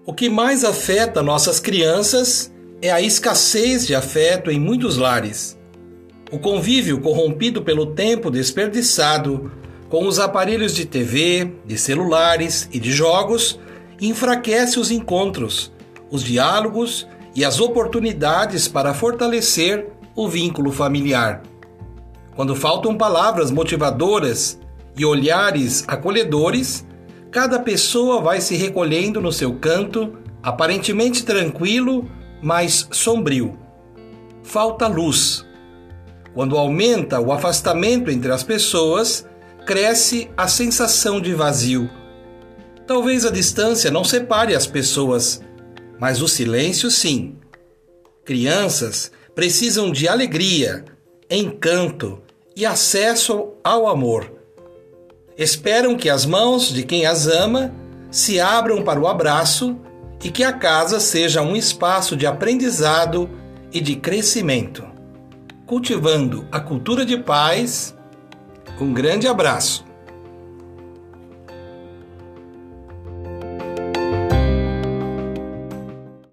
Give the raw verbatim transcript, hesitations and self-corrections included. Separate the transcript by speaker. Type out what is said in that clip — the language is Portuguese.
Speaker 1: O que mais afeta nossas crianças é a escassez de afeto em muitos lares. O convívio corrompido pelo tempo desperdiçado com os aparelhos de T V, de celulares e de jogos enfraquece os encontros, os diálogos e as oportunidades para fortalecer o vínculo familiar. Quando faltam palavras motivadoras e olhares acolhedores, cada pessoa vai se recolhendo no seu canto, aparentemente tranquilo, mas sombrio. Falta luz. Quando aumenta o afastamento entre as pessoas, cresce a sensação de vazio. Talvez a distância não separe as pessoas, mas o silêncio sim. Crianças precisam de alegria, encanto e acesso ao amor. Esperam que as mãos de quem as ama se abram para o abraço e que a casa seja um espaço de aprendizado e de crescimento. Cultivando a cultura de paz, um grande abraço.